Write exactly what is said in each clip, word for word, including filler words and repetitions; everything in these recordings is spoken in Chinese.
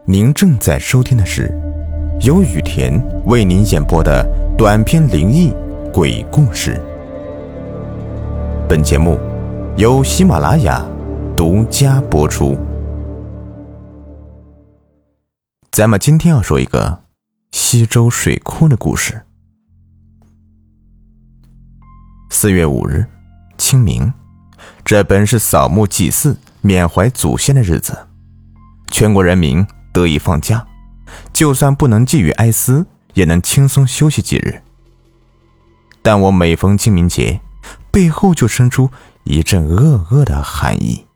您正在收听的是由雨田为您演播的短篇灵异鬼故事。本节目由喜马拉雅独家播出。咱们今天要说一个西周水库的故事。四月五日，清明，这本是扫墓祭祀、缅怀祖先的日子，全国人民得以放假，就算不能寄予哀思，也能轻松休息几日。但我每逢清明节，背后就生出一阵恶恶的寒意。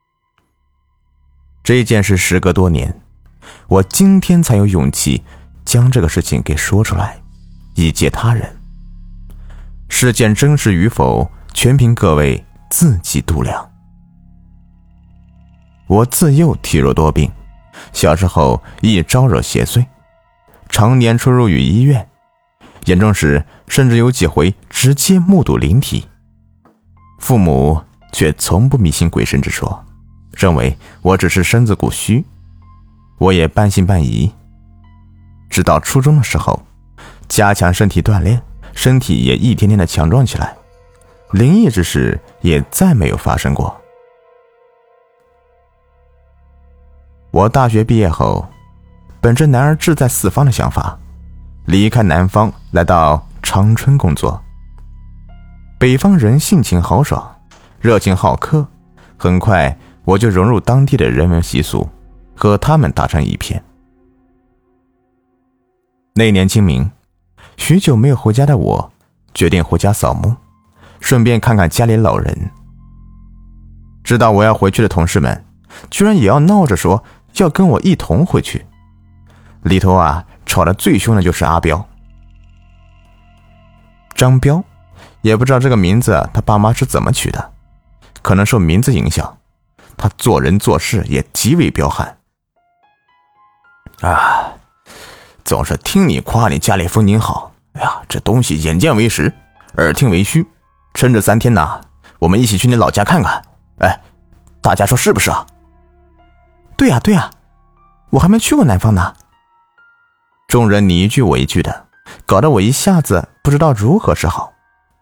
这件事时隔多年，我今天才有勇气将这个事情给说出来，以戒他人。事件真实与否，全凭各位自己度量。我自幼体弱多病，小时候易招惹邪祟，常年出入于医院，严重时甚至有几回直接目睹灵体。父母却从不迷信鬼神之说，认为我只是身子骨虚，我也半信半疑。直到初中的时候，加强身体锻炼，身体也一天天的强壮起来，灵异之事也再没有发生过。我大学毕业后，本着男儿志在四方的想法，离开南方来到长春工作。北方人性情豪爽，热情好客，很快我就融入当地的人文习俗，和他们打成一片。那年清明，许久没有回家的我决定回家扫墓，顺便看看家里老人。知道我要回去的同事们居然也要闹着说要跟我一同回去，里头啊吵得最凶的就是阿彪。张彪也不知道这个名字他爸妈是怎么取的，可能受名字影响，他做人做事也极为彪悍啊，总是听你夸你家里风景好，哎呀，这东西眼见为实，耳听为虚，趁这三天呐，我们一起去你老家看看，哎，大家说是不是啊？对呀对呀，我还没去过南方呢。众人你一句我一句的，搞得我一下子不知道如何是好。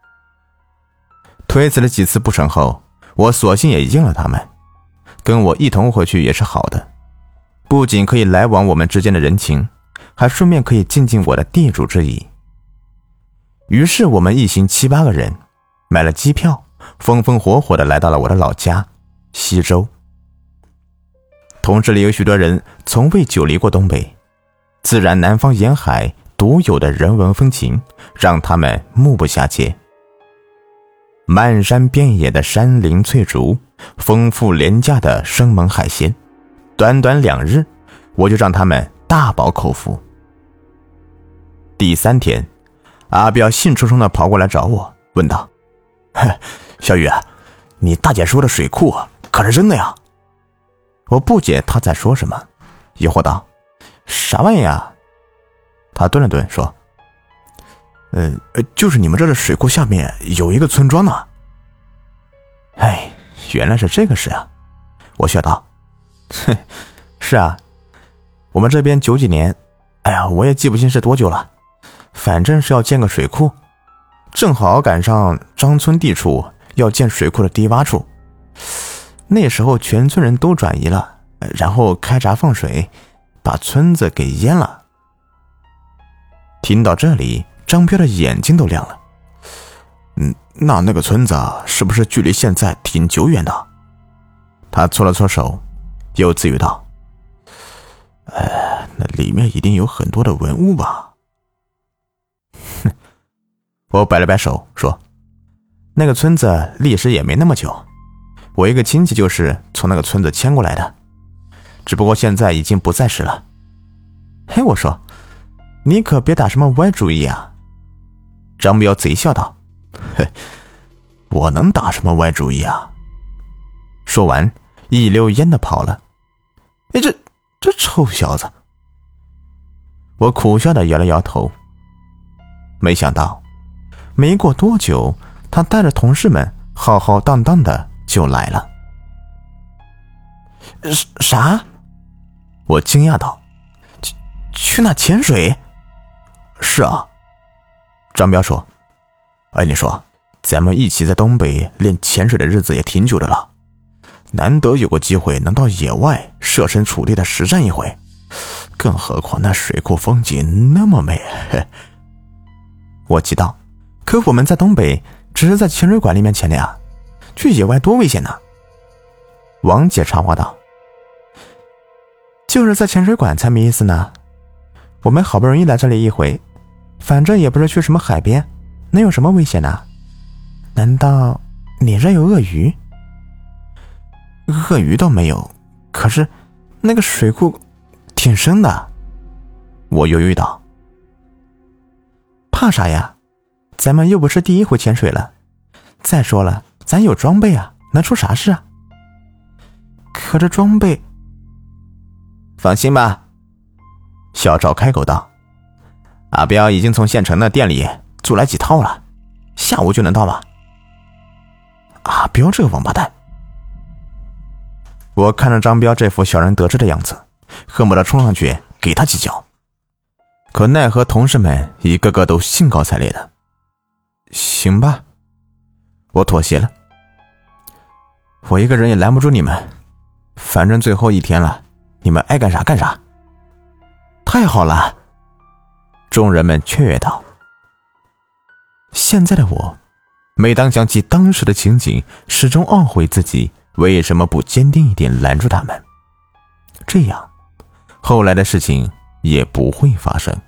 推辞了几次不成后，我索性也应了他们，跟我一同回去也是好的，不仅可以来往我们之间的人情，还顺便可以尽尽我的地主之谊。于是我们一行七八个人买了机票，风风火火地来到了我的老家西周。同事里有许多人从未久离过东北，自然南方沿海独有的人文风情让他们目不暇接。漫山遍野的山林翠竹，丰富廉价的生猛海鲜，短短两日我就让他们大饱口福。第三天，阿彪兴冲冲地跑过来找我，问道：小雨，你大姐说的水库可是真的呀？我不解他在说什么，疑惑道：啥玩意啊？他顿了顿说：呃，就是你们这的水库下面有一个村庄呢。哎，原来是这个事啊！我笑道：哼，是啊，我们这边九几年，哎呀，我也记不清是多久了，反正是要建个水库，正好赶上张村地处要建水库的低洼处。那时候全村人都转移了，然后开闸放水，把村子给淹了。听到这里，张彪的眼睛都亮了。嗯，那那个村子是不是距离现在挺久远的？他搓了搓手，又自语道：呃，那里面一定有很多的文物吧？哼，我摆了摆手说：那个村子历史也没那么久，我一个亲戚就是从那个村子迁过来的，只不过现在已经不在世了。嘿，我说，你可别打什么歪主意啊！张彪贼笑道：嘿，我能打什么歪主意啊？说完，一溜烟的跑了。哎，这这臭小子！我苦笑的摇了摇头。没想到，没过多久，他带着同事们浩浩荡荡的就来了。啥？ 我惊讶道：“去去那潜水？”“是啊。”张彪说：“哎，你说，咱们一起在东北练潜水的日子也挺久的了，难得有个机会能到野外设身处地的实战一回，更何况那水库风景那么美。”我急道：“可我们在东北只是在潜水馆里面潜的呀，去野外多危险呢！”王姐插话道：“就是在潜水馆才没意思呢，我们好不容易来这里一回，反正也不是去什么海边，能有什么危险呢？难道你这有鳄鱼？”“鳄鱼倒没有，可是那个水库挺深的。”我犹豫道。“怕啥呀？咱们又不是第一回潜水了，再说了，咱有装备啊，能出啥事啊？”“可这装备……”“放心吧。”小赵开口道，“阿彪已经从县城的店里租来几套了，下午就能到了。”“阿彪这个王八蛋！”我看着张彪这副小人得志的样子，恨不得冲上去给他几脚，可奈何同事们一个个都兴高采烈的。“行吧。”我妥协了，“我一个人也拦不住你们，反正最后一天了，你们爱干啥干啥。”“太好了！”众人们雀跃道。现在的我，每当想起当时的情景，始终懊悔自己为什么不坚定一点拦住他们，这样后来的事情也不会发生。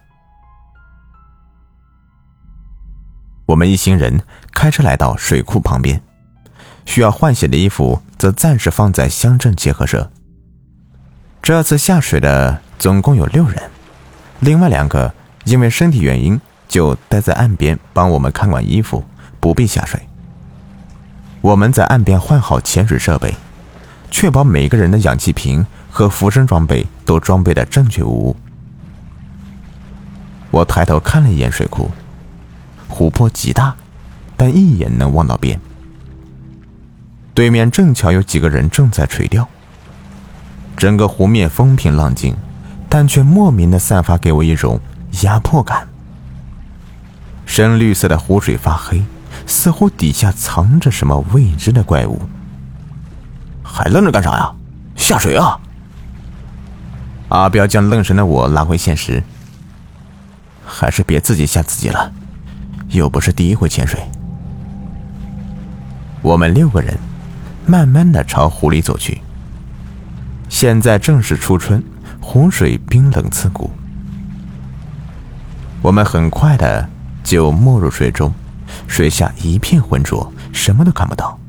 我们一行人开车来到水库旁边，需要换洗的衣服则暂时放在乡镇结合社。这次下水的总共有六人，另外两个因为身体原因就待在岸边帮我们看管衣服，不必下水。我们在岸边换好潜水设备，确保每个人的氧气瓶和浮生装备都装备的正确无误。我抬头看了一眼水库，湖泊极大，但一眼能望到边。对面正巧有几个人正在垂钓，整个湖面风平浪静，但却莫名地散发给我一种压迫感。深绿色的湖水发黑，似乎底下藏着什么未知的怪物。“还愣着干啥呀？下水啊！”阿彪将愣神的我拉回现实。“还是别自己吓自己了，又不是第一回潜水。”我们六个人慢慢地朝湖里走去。现在正是初春，湖水冰冷刺骨。我们很快的就没入水中，水下一片浑浊，什么都看不到。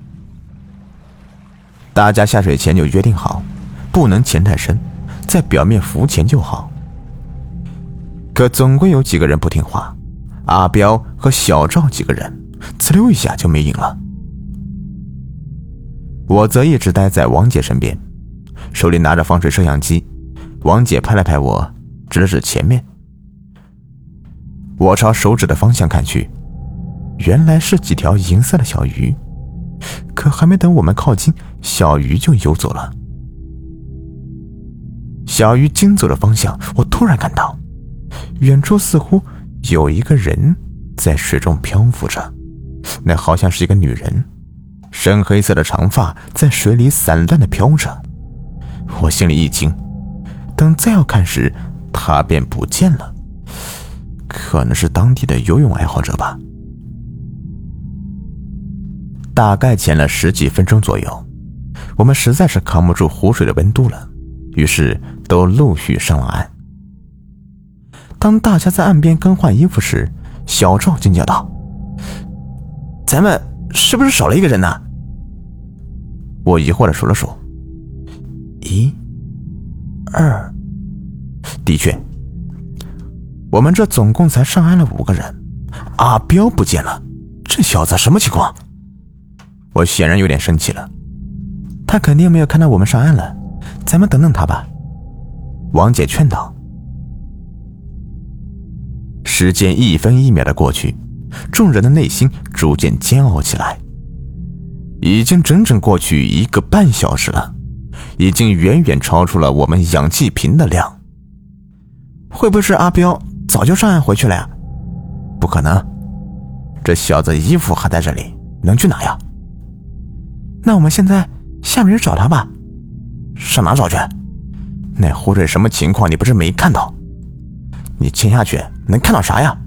大家下水前就约定好，不能潜太深，在表面浮潜就好。可总归有几个人不听话，阿彪和小赵几个人呲溜一下就没影了。我则一直待在王姐身边，手里拿着防水摄像机。王姐拍了拍我，指了指前面。我朝手指的方向看去，原来是几条银色的小鱼，可还没等我们靠近，小鱼就游走了。小鱼经走的方向，我突然看到远处似乎有一个人在水中漂浮着，那好像是一个女人，深黑色的长发在水里散乱地飘着。我心里一惊，等再要看时，她便不见了，可能是当地的游泳爱好者吧。大概潜了十几分钟左右，我们实在是扛不住湖水的温度了，于是都陆续上了岸。当大家在岸边更换衣服时，小赵惊叫道：“咱们是不是少了一个人呢？”我疑惑地数了数，一、二，的确，我们这总共才上岸了五个人。阿彪不见了，这小子什么情况？我显然有点生气了。他肯定没有看到我们上岸了，咱们等等他吧。王姐劝道。时间一分一秒的过去，众人的内心逐渐煎熬起来。已经整整过去一个半小时了， 已经远远超出了我们氧气瓶的量。 会不会是阿彪早就上岸回去了呀？ 不可能，这小子衣服还在这里，能去哪呀？ 那我们现在下面去找他吧。 上哪找去？那湖水什么情况你不是没看到？你潜下去能看到啥呀？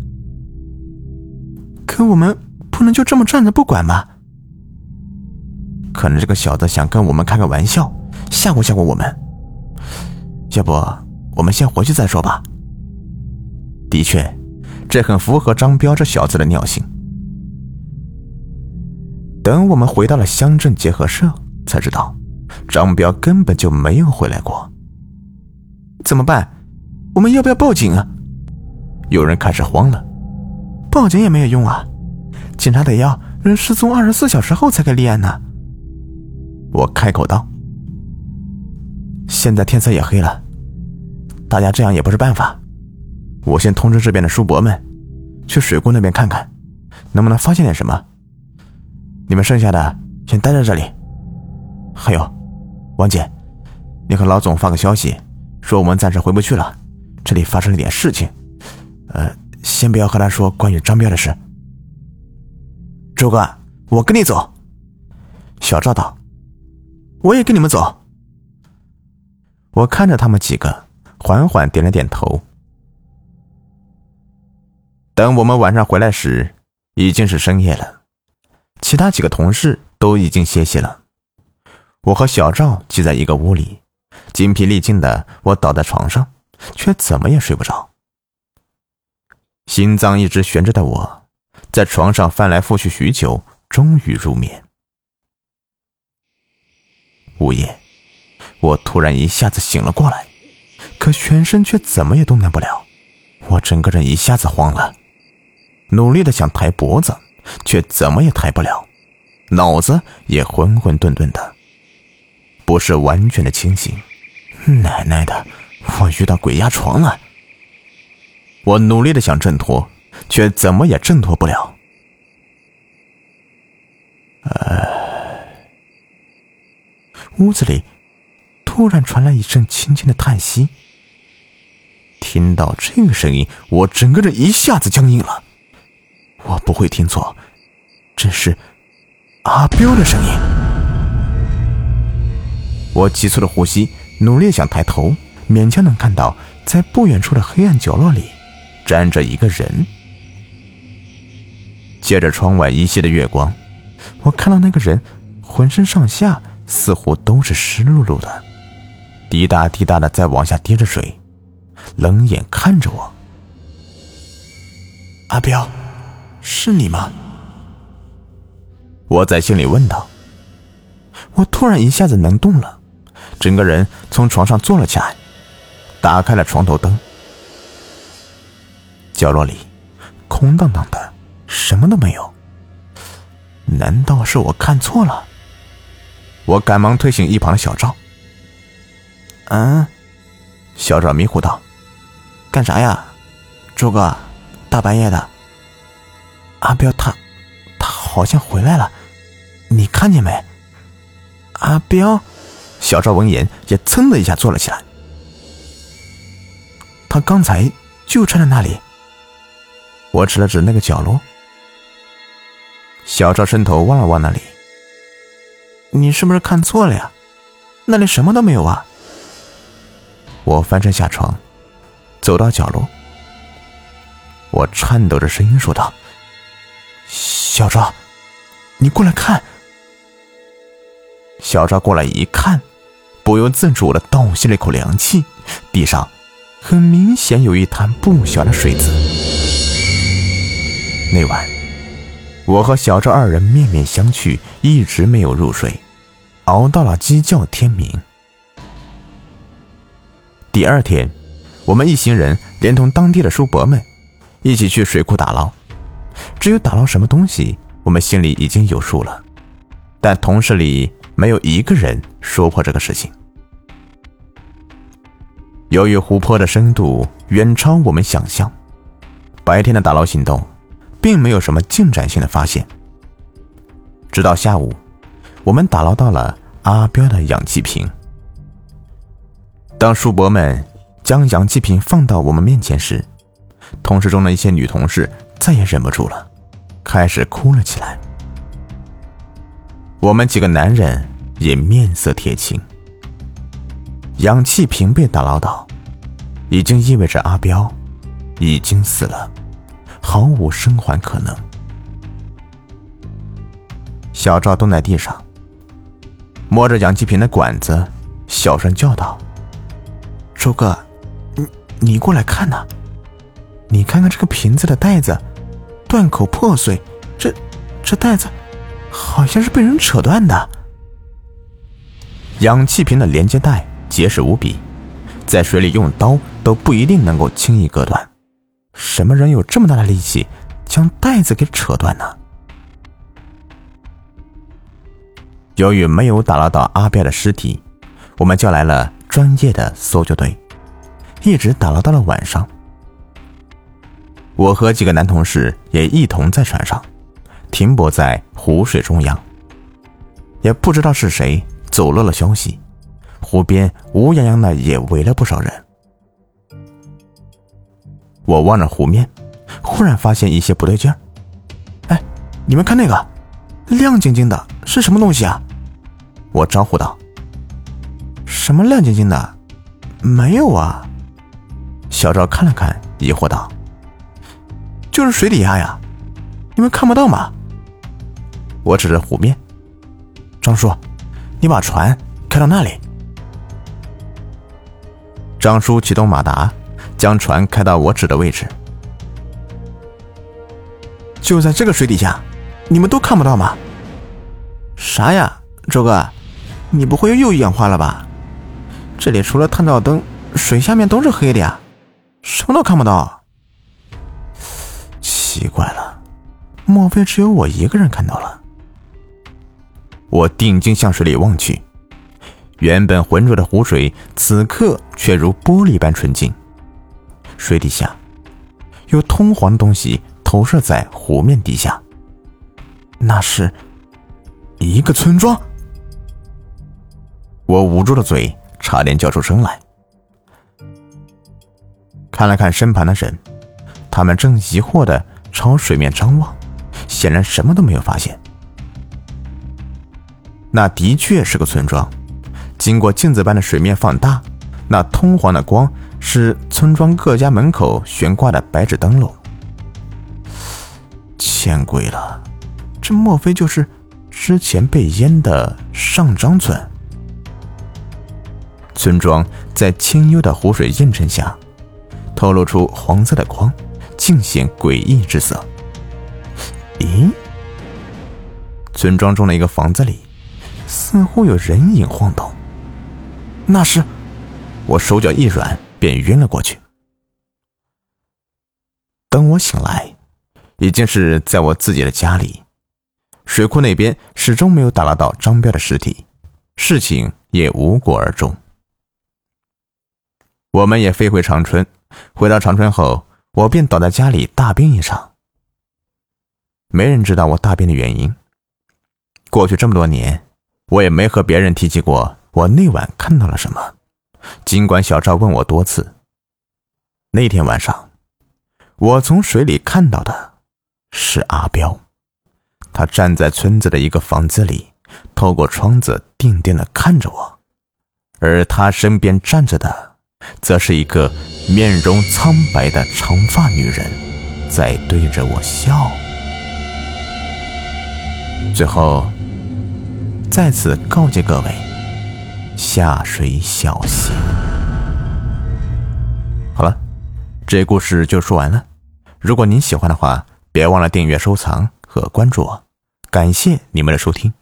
可我们不能就这么站着不管吧？ 可能这个小子想跟我们开个玩笑，吓唬吓唬我们。要不我们先回去再说吧。的确，这很符合张彪这小子的尿性。等我们回到了乡镇结合社，才知道张彪根本就没有回来过。 怎么办？我们要不要报警啊？ 有人开始慌了。 报警也没有用啊，警察得要人失踪二十四小时后才可以立案呢。 我开口道。现在天色也黑了，大家这样也不是办法。我先通知这边的叔伯们，去水库那边看看，能不能发现点什么。你们剩下的先待在这里。还有，王姐，你和老总发个消息，说我们暂时回不去了，这里发生了点事情。呃，先不要和他说关于张彪的事。 周哥，我跟你走。 小赵道。 我也跟你们走。 我看着他们几个，缓缓点了点头。等我们晚上回来时，已经是深夜了，其他几个同事都已经歇息了。我和小赵挤在一个屋里，精疲力尽的我倒在床上，却怎么也睡不着。心脏一直悬着的我，在床上翻来覆去许久，终于入眠。午夜，我突然一下子醒了过来，可全身却怎么也动弹不了，我整个人一下子慌了，努力的想抬脖子，却怎么也抬不了，脑子也混混沌沌的，不是完全的清醒。奶奶的，我遇到鬼压床了！我努力的想挣脱，却怎么也挣脱不了。呃，屋子里突然传来一声轻轻的叹息。听到这个声音，我整个人一下子僵硬了。我不会听错，这是阿彪的声音。我急促的呼吸，努力想抬头，勉强能看到在不远处的黑暗角落里站着一个人。借着窗外依稀的月光，我看到那个人浑身上下似乎都是湿漉漉的，滴答滴答的在往下滴着水，冷眼看着我。 阿彪，是你吗？ 我在心里问道。我突然一下子能动了，整个人从床上坐了起来，打开了床头灯。角落里空荡荡的，什么都没有。难道是我看错了？我赶忙推醒一旁的小赵。 嗯， 小赵迷糊道。 干啥呀？周哥，大半夜的。阿彪他他好像回来了，你看见没？阿彪。 小赵闻言也噌的一下坐了起来。 他刚才就站在那里。 我指了指那个角落。小赵伸头望了望那里。 你是不是看错了呀？那里什么都没有啊。 我翻身下床，走到角落。我颤抖着声音说道： 小赵，你过来看。 小赵过来一看，不由自主地倒吸了一口凉气，地上很明显有一滩不小的水渍。那晚我和小赵二人面面相觑，一直没有入睡，熬到了鸡叫天明。第二天，我们一行人连同当地的叔伯们一起去水库打捞。至于打捞什么东西，我们心里已经有数了，但同事里没有一个人说破这个事情。由于湖泊的深度远超我们想象，白天的打捞行动并没有什么进展性的发现。直到下午，我们打捞到了阿彪的氧气瓶， 当叔伯们将氧气瓶放到我们面前时，同事中的一些女同事再也忍不住了，开始哭了起来。我们几个男人也面色铁青。氧气瓶被打捞到，已经意味着阿彪已经死了，毫无生还可能。小赵蹲在地上，摸着氧气瓶的管子，小声叫道： 周哥，你你过来看呐，你看看这个瓶子的带子断口破碎，这这带子好像是被人扯断的。 氧气瓶的连接带结实无比，在水里用刀都不一定能够轻易割断，什么人有这么大的力气将带子给扯断呢？由于没有打捞到阿彪的尸体，我们叫来了专业的搜救队，一直打捞到了晚上。我和几个男同事也一同在船上停泊在湖水中央，也不知道是谁走漏了消息，湖边乌泱泱的也围了不少人。我望着湖面，忽然发现一些不对劲儿。 哎，你们看那个亮晶晶的是什么东西啊？ 我招呼道。 什么亮晶晶的？没有啊。 小赵看了看，疑惑道： 就是水底下呀，你们看不到吗？ 我指着湖面。 张叔，你把船开到那里。 张叔启动马达，将船开到我指的位置。 就在这个水底下，你们都看不到吗？啥呀，周哥，你不会又氧化了吧？这里除了探照灯，水下面都是黑的呀，什么都看不到。 奇怪了，莫非只有我一个人看到了？我定睛向水里望去，原本浑浊的湖水此刻却如玻璃般纯净。水底下有通黄的东西投射在湖面底下， 那是一个村庄。 我捂住了嘴，差点叫出声来。看了看身旁的人，他们正疑惑地朝水面张望，显然什么都没有发现。那的确是个村庄，经过镜子般的水面放大，那通黄的光是村庄各家门口悬挂的白纸灯笼。 见鬼了，这莫非就是之前被淹的上张村？ 村庄在清幽的湖水映衬下，透露出黄色的光，尽显诡异之色。咦，村庄中的一个房子里似乎有人影晃动。 那是…… 我手脚一软，便晕了过去。等我醒来，已经是在我自己的家里。水库那边始终没有打捞到张彪的尸体，事情也无果而终。我们也飞回长春，回到长春后，我便倒在家里大病一场。没人知道我大病的原因。过去这么多年，我也没和别人提起过我那晚看到了什么，尽管小赵问我多次。那天晚上，我从水里看到的是阿彪，他站在村子的一个房子里，透过窗子定定地看着我，而他身边站着的则是一个面容苍白的长发女人，在对着我笑。最后在此告诫各位，下水小心。好了，这故事就说完了。如果您喜欢的话，别忘了订阅、收藏和关注我。感谢你们的收听。